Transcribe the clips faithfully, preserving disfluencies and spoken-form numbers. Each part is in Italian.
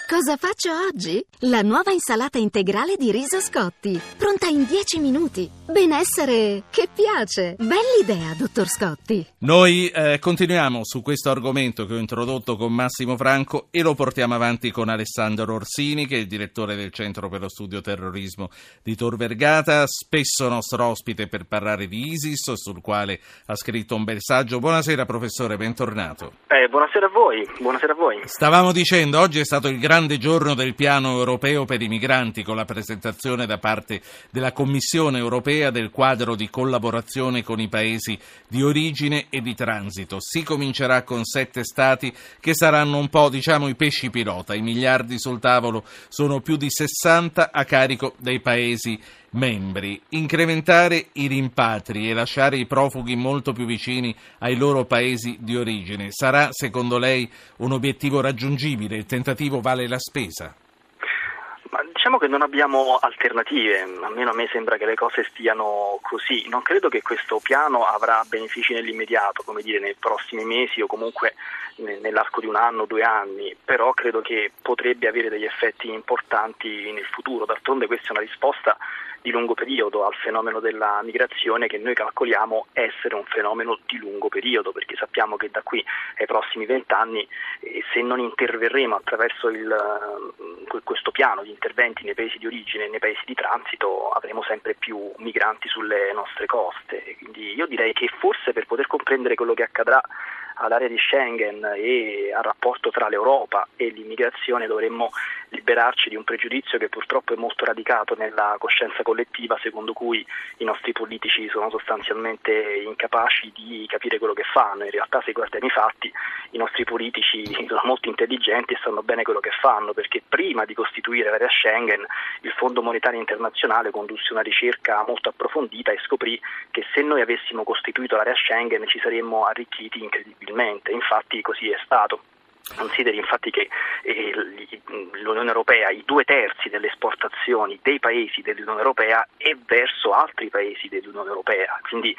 Cosa faccio oggi? La nuova insalata integrale di riso Scotti, pronta in dieci minuti. Benessere che piace. Bell'idea, dottor Scotti. Noi eh, continuiamo su questo argomento che ho introdotto con Massimo Franco e lo portiamo avanti con Alessandro Orsini, che è il direttore del Centro per lo Studio Terrorismo di Tor Vergata, spesso nostro ospite per parlare di ISIS, sul quale ha scritto un bel saggio. Buonasera professore, bentornato. Eh, buonasera a voi, buonasera a voi. Stavamo dicendo, oggi è stato il grande giorno del piano europeo per i migranti, con la presentazione da parte della Commissione europea del quadro di collaborazione con i paesi di origine e di transito. Si comincerà con sette stati che saranno un po', diciamo, i pesci pilota. I miliardi sul tavolo sono più di sessanta a carico dei paesi membri. Incrementare i rimpatri e lasciare i profughi molto più vicini ai loro paesi di origine sarà, secondo lei, un obiettivo raggiungibile? Il tentativo vale la spesa? Ma diciamo che non abbiamo alternative, almeno a me sembra che le cose stiano così. Non credo che questo piano avrà benefici nell'immediato, come dire nei prossimi mesi o comunque nell'arco di un anno, due anni, però credo che potrebbe avere degli effetti importanti nel futuro. D'altronde questa è una risposta di lungo periodo al fenomeno della migrazione, che noi calcoliamo essere un fenomeno di lungo periodo, perché sappiamo che da qui ai prossimi vent'anni, eh, se non interverremo attraverso il, questo piano di interventi nei paesi di origine e nei paesi di transito, avremo sempre più migranti sulle nostre coste. Quindi io direi che forse per poter comprendere quello che accadrà all'area di Schengen e al rapporto tra l'Europa e l'immigrazione dovremmo liberarci di un pregiudizio che purtroppo è molto radicato nella coscienza collettiva, secondo cui i nostri politici sono sostanzialmente incapaci di capire quello che fanno. In realtà, se guardiamo i fatti, i nostri politici sono molto intelligenti e sanno bene quello che fanno, perché prima di costituire l'area Schengen il Fondo Monetario Internazionale condusse una ricerca molto approfondita e scoprì che se noi avessimo costituito l'area Schengen ci saremmo arricchiti incredibilmente. Infatti così è stato. Consideri infatti che eh, l'Unione Europea, i due terzi delle esportazioni dei paesi dell'Unione Europea è verso altri paesi dell'Unione Europea. Quindi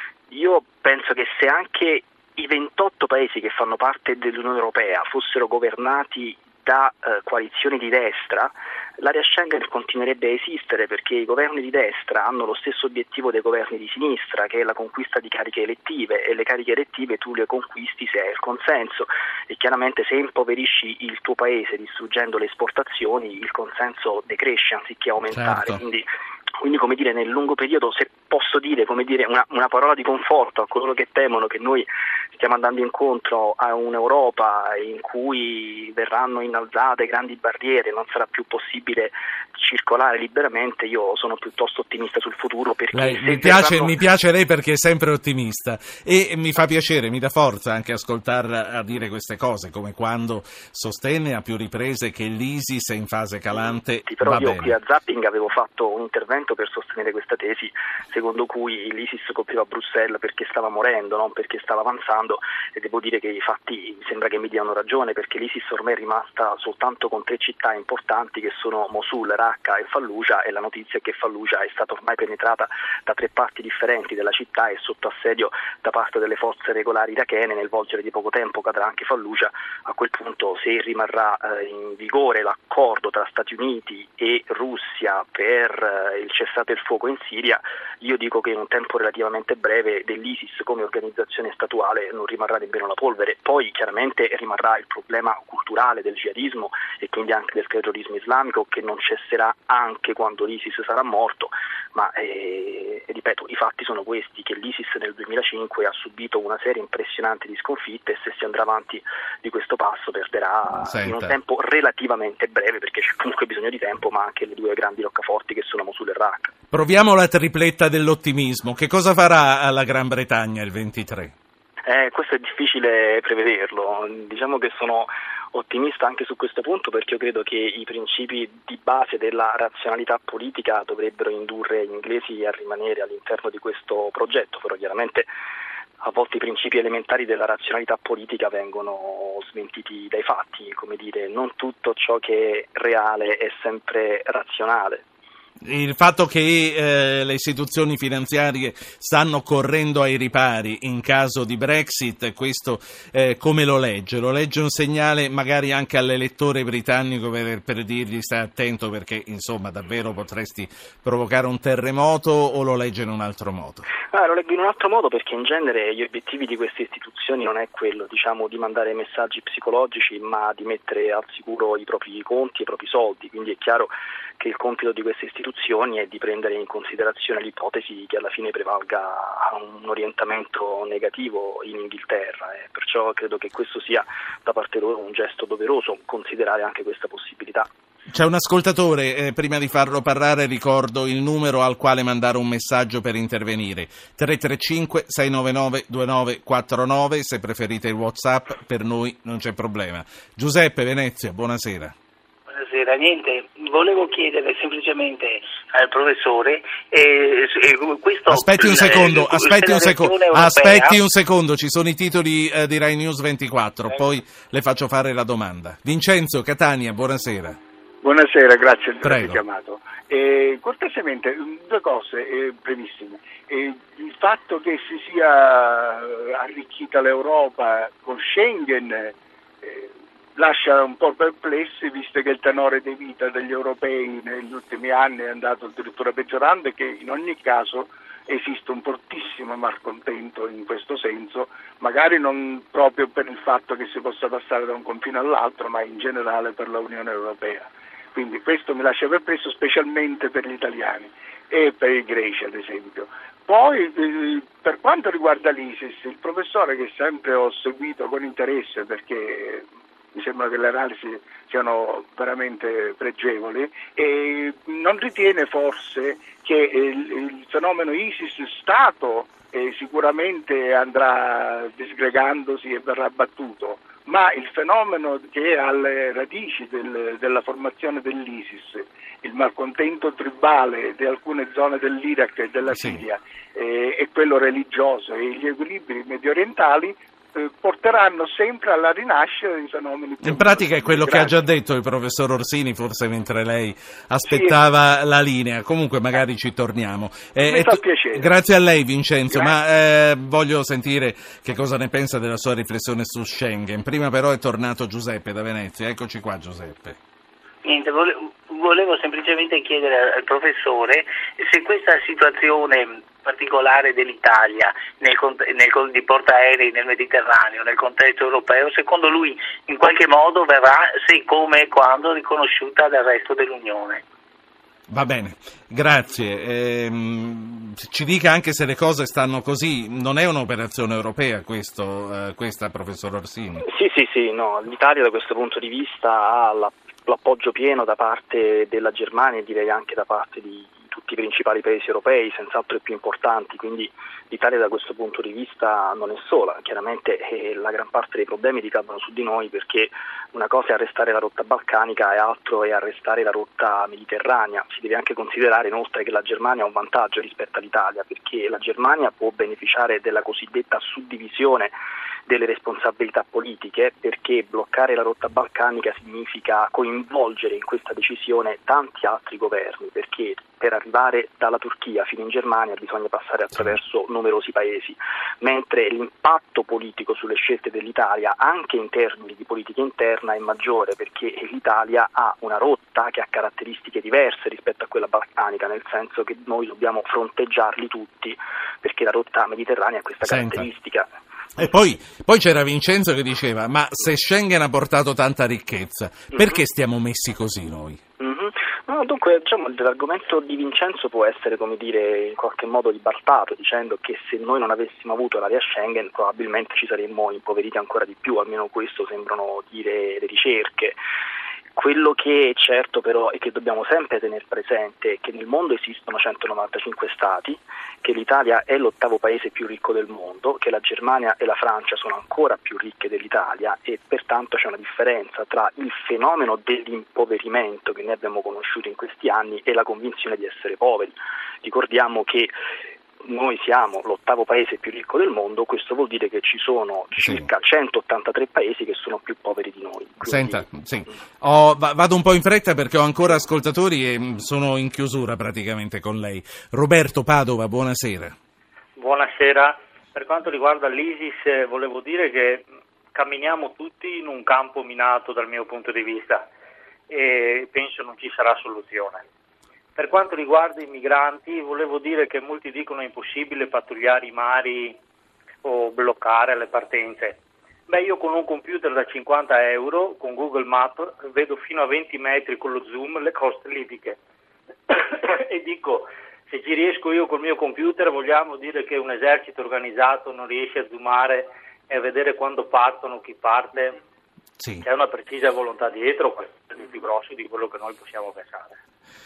io penso che se anche i ventotto paesi che fanno parte dell'Unione Europea fossero governati da eh, coalizioni di destra, l'area Schengen continuerebbe a esistere, perché i governi di destra hanno lo stesso obiettivo dei governi di sinistra, che è la conquista di cariche elettive, e le cariche elettive tu le conquisti se hai il consenso, e chiaramente se impoverisci il tuo paese distruggendo le esportazioni il consenso decresce anziché aumentare. Certo. Quindi Quindi, come dire, nel lungo periodo, se posso dire, come dire, una, una parola di conforto a coloro che temono che noi stiamo andando incontro a un'Europa in cui verranno innalzate grandi barriere, non sarà più possibile circolare liberamente, io sono piuttosto ottimista sul futuro, perché lei, mi, piace, verranno... mi piace lei perché è sempre ottimista, e mi fa piacere, mi dà forza anche ascoltarla a dire queste cose, come quando sostenne a più riprese che l'ISIS è in fase calante. Sì, però va io bene. qui a Zapping avevo fatto un intervento per sostenere questa tesi, secondo cui l'ISIS copriva Bruxelles perché stava morendo, non perché stava avanzando, e devo dire che i fatti mi sembra che mi diano ragione, perché l'ISIS ormai è rimasta soltanto con tre città importanti, che sono Mosul, Raqqa e Fallujah, e la notizia è che Fallujah è stata ormai penetrata da tre parti differenti della città e sotto assedio da parte delle forze regolari irachene. Nel volgere di poco tempo cadrà anche Fallujah. A quel punto, se rimarrà eh, in vigore l'accordo tra Stati Uniti e Russia per eh, il cessate il fuoco in Siria, io dico che in un tempo relativamente breve dell'ISIS come organizzazione statuale non rimarrà nemmeno la polvere. Poi chiaramente rimarrà il problema culturale del jihadismo e quindi anche del terrorismo islamico, che non cesserà anche quando l'ISIS sarà morto, ma eh, ripeto, i fatti sono questi, che l'ISIS nel duemilacinque ha subito una serie impressionante di sconfitte, e se si andrà avanti di questo passo perderà Senta. in un tempo relativamente breve, perché c'è comunque bisogno di tempo, ma anche le due grandi roccaforti che sono Mosul e Raqqa. Proviamo la tripletta dell'ottimismo. Che cosa farà la Gran Bretagna il ventitré? Eh, questo è difficile prevederlo. Diciamo che sono ottimista anche su questo punto, perché io credo che i principi di base della razionalità politica dovrebbero indurre gli inglesi a rimanere all'interno di questo progetto, però chiaramente a volte i principi elementari della razionalità politica vengono smentiti dai fatti, come dire, non tutto ciò che è reale è sempre razionale. Il fatto che eh, le istituzioni finanziarie stanno correndo ai ripari in caso di Brexit, questo eh, come lo legge? Lo legge un segnale magari anche all'elettore britannico per, per dirgli stai attento perché insomma davvero potresti provocare un terremoto, o lo legge in un altro modo? Ah, lo leggo in un altro modo perché in genere gli obiettivi di queste istituzioni non è quello, diciamo, di mandare messaggi psicologici, ma di mettere al sicuro i propri conti e i propri soldi, quindi è chiaro che il compito di queste istituzioni è di prendere in considerazione l'ipotesi che alla fine prevalga un orientamento negativo in Inghilterra, e perciò credo che questo sia da parte loro un gesto doveroso, considerare anche questa possibilità. C'è un ascoltatore, eh, prima di farlo parlare ricordo il numero al quale mandare un messaggio per intervenire, tre tre cinque sei nove nove due nove quattro nove, se preferite il WhatsApp per noi non c'è problema. Giuseppe, Venezia, buonasera. Buonasera, niente, volevo chiedere semplicemente al professore eh, questo, aspetti un secondo, eh, aspetti un secondo, aspetti un secondo, ci sono i titoli eh, di Rai News ventiquattro, eh. Poi le faccio fare la domanda. Vincenzo, Catania, buonasera. Buonasera, grazie per Prego. aver chiamato. Eh, cortesemente, due cose eh, brevissime. Eh, il fatto che si sia arricchita l'Europa con Schengen eh, lascia un po' perplessi, visto che il tenore di vita degli europei negli ultimi anni è andato addirittura peggiorando e che in ogni caso esiste un fortissimo malcontento in questo senso, magari non proprio per il fatto che si possa passare da un confine all'altro, ma in generale per l'Unione Europea. Quindi questo mi lascia perplesso, specialmente per gli italiani e per i greci ad esempio. Poi eh, per quanto riguarda l'ISIS, il professore, che sempre ho seguito con interesse perché mi sembra che le analisi siano veramente pregevoli, e non ritiene forse che il, il fenomeno ISIS Stato eh, sicuramente andrà disgregandosi e verrà battuto, ma il fenomeno che è alle radici del, della formazione dell'ISIS, il malcontento tribale di alcune zone dell'Iraq e della Siria, sì. eh, e quello religioso e gli equilibri mediorientali eh, porteranno sempre alla rinascita dei fenomeni. In pratica è quello che ha già detto il professor Orsini, forse mentre lei aspettava sì. la linea. Comunque magari ci torniamo. Eh, Mi fa t- piacere. Grazie a lei, Vincenzo, Grazie. ma eh, voglio sentire che cosa ne pensa della sua riflessione su Schengen. Prima però è tornato Giuseppe da Venezia. Eccoci qua, Giuseppe. Niente, volevo, volevo semplicemente chiedere al professore se questa situazione particolare dell'Italia nel, nel, di portaerei nel Mediterraneo, nel contesto europeo, secondo lui in qualche modo verrà, se, come e quando, riconosciuta dal resto dell'Unione. Va bene, grazie. Ehm, ci dica anche se le cose stanno così. Non è un'operazione europea questo, eh, questa, professor Orsini? Sì, sì, sì, no. L'Italia da questo punto di vista ha la, l'appoggio pieno da parte della Germania e direi anche da parte di tutti i principali paesi europei, senz'altro i più importanti, quindi l'Italia da questo punto di vista non è sola. Chiaramente eh, la gran parte dei problemi ricadono su di noi, perché una cosa è arrestare la rotta balcanica e altro è arrestare la rotta mediterranea. Si deve anche considerare inoltre che la Germania ha un vantaggio rispetto all'Italia, perché la Germania può beneficiare della cosiddetta suddivisione delle responsabilità politiche, perché bloccare la rotta balcanica significa coinvolgere in questa decisione tanti altri governi, perché per arrivare dalla Turchia fino in Germania bisogna passare attraverso numerosi paesi, mentre l'impatto politico sulle scelte dell'Italia, anche in termini di politica interna, è maggiore, perché l'Italia ha una rotta che ha caratteristiche diverse rispetto a quella balcanica, nel senso che noi dobbiamo fronteggiarli tutti, perché la rotta mediterranea ha questa Senta. caratteristica. E poi, poi c'era Vincenzo che diceva: ma se Schengen ha portato tanta ricchezza, perché stiamo messi così noi? Mm-hmm. No, dunque, diciamo, l'argomento di Vincenzo può essere, come dire, in qualche modo ribaltato, dicendo che se noi non avessimo avuto l'area Schengen probabilmente ci saremmo impoveriti ancora di più, almeno questo sembrano dire le ricerche. Quello che è certo però e che dobbiamo sempre tenere presente è che nel mondo esistono centonovantacinque stati, che l'Italia è l'ottavo paese più ricco del mondo, che la Germania e la Francia sono ancora più ricche dell'Italia, e pertanto c'è una differenza tra il fenomeno dell'impoverimento che noi abbiamo conosciuto in questi anni e la convinzione di essere poveri. Ricordiamo che noi siamo l'ottavo paese più ricco del mondo, questo vuol dire che ci sono circa sì. centottantatré paesi che sono più poveri di noi. Quindi... Senta, sì. oh, vado un po' in fretta perché ho ancora ascoltatori e sono in chiusura praticamente con lei. Roberto Padova, buonasera. Buonasera. Per quanto riguarda l'ISIS, volevo dire che camminiamo tutti in un campo minato dal mio punto di vista e penso non ci sarà soluzione. Per quanto riguarda i migranti, volevo dire che molti dicono è impossibile pattugliare i mari o bloccare le partenze. Beh, io con un computer da cinquanta euro, con Google Maps, vedo fino a venti metri con lo zoom le coste libiche e dico, se ci riesco io col mio computer, vogliamo dire che un esercito organizzato non riesce a zoomare e a vedere quando partono, chi parte? Sì. C'è una precisa volontà dietro, qualcosa di più grosso di quello che noi possiamo pensare.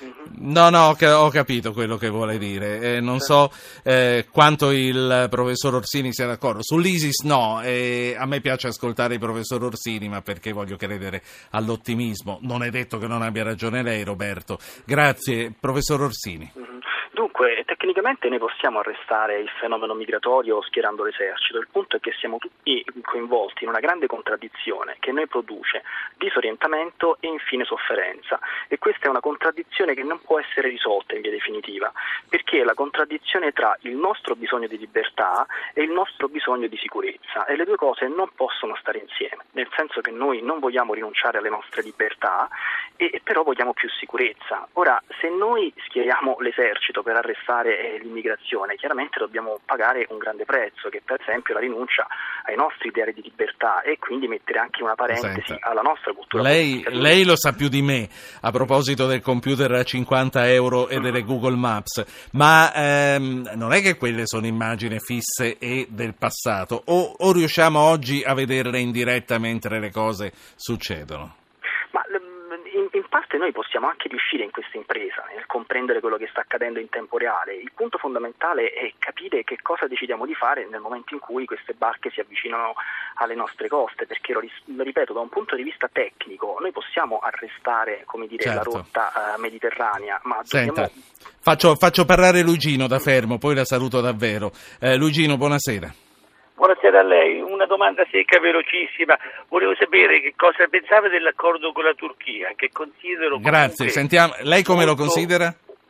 No, no, ho capito quello che vuole dire. Eh, non so eh, quanto il professor Orsini sia d'accordo. Sull'ISIS no, eh, a me piace ascoltare il professor Orsini, ma perché voglio credere all'ottimismo. Non è detto che non abbia ragione lei, Roberto. Grazie, professor Orsini. Dunque, tecnicamente noi possiamo arrestare il fenomeno migratorio schierando l'esercito, il punto è che siamo tutti coinvolti in una grande contraddizione che noi produce disorientamento e infine sofferenza, e questa è una contraddizione che non può essere risolta in via definitiva, perché è la contraddizione tra il nostro bisogno di libertà e il nostro bisogno di sicurezza, e le due cose non possono stare insieme, nel senso che noi non vogliamo rinunciare alle nostre libertà e però vogliamo più sicurezza. Ora, se noi schieriamo l'esercito per arrestare l'immigrazione, chiaramente dobbiamo pagare un grande prezzo, che per esempio la rinuncia ai nostri ideali di libertà, e quindi mettere anche una parentesi Senta, alla nostra cultura lei, politica. Lei lo sa più di me a proposito del computer a cinquanta euro e delle Google Maps, ma ehm, non è che quelle sono immagini fisse e del passato, o, o riusciamo oggi a vederle in diretta mentre le cose succedono? Ma in, in parte noi possiamo anche riuscire in questa impresa, nel comprendere quello che sta accadendo in tempo reale. Il punto fondamentale è capire che cosa decidiamo di fare nel momento in cui queste barche si avvicinano alle nostre coste, perché lo, lo ripeto, da un punto di vista tecnico noi possiamo arrestare, come dire, certo. la rotta uh, mediterranea, ma Senta, dobbiamo... faccio, faccio parlare Luigino da Fermo, poi la saluto davvero. Eh, Luigino, buonasera. Buonasera a lei, una domanda secca velocissima, volevo sapere che cosa pensava dell'accordo con la Turchia, che considero... Grazie, sentiamo, lei come molto... lo considera?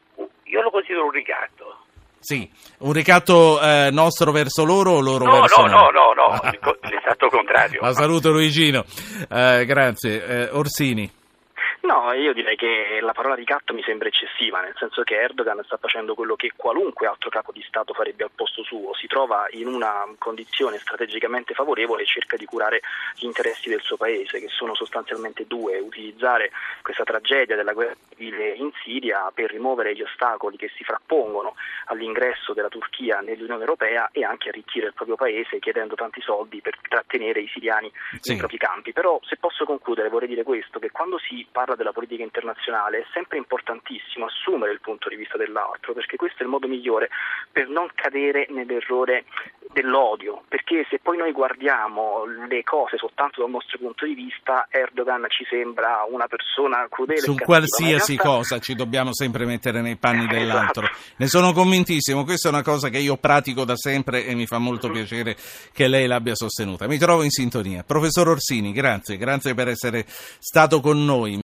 Io lo considero un ricatto. Sì, un ricatto eh, nostro verso loro o loro no, verso no, noi? No, no, no, no, l'esatto contrario. La saluto Luigino, eh, grazie. Eh, Orsini. No, io direi che la parola ricatto mi sembra eccessiva, nel senso che Erdogan sta facendo quello che qualunque altro capo di Stato farebbe al posto suo, si trova in una condizione strategicamente favorevole e cerca di curare gli interessi del suo paese, che sono sostanzialmente due: utilizzare questa tragedia della guerra civile in Siria per rimuovere gli ostacoli che si frappongono all'ingresso della Turchia nell'Unione Europea, e anche arricchire il proprio paese chiedendo tanti soldi per trattenere i siriani sì. nei propri campi. Però, se posso concludere, vorrei dire questo, che quando si parla della politica internazionale è sempre importantissimo assumere il punto di vista dell'altro, perché questo è il modo migliore per non cadere nell'errore dell'odio, perché se poi noi guardiamo le cose soltanto dal nostro punto di vista, Erdogan ci sembra una persona crudele. Su qualsiasi realtà... cosa ci dobbiamo sempre mettere nei panni dell'altro. Esatto. Ne sono convintissimo, questa è una cosa che io pratico da sempre e mi fa molto mm-hmm. piacere che lei l'abbia sostenuta. Mi trovo in sintonia. Professor Orsini, grazie, grazie per essere stato con noi.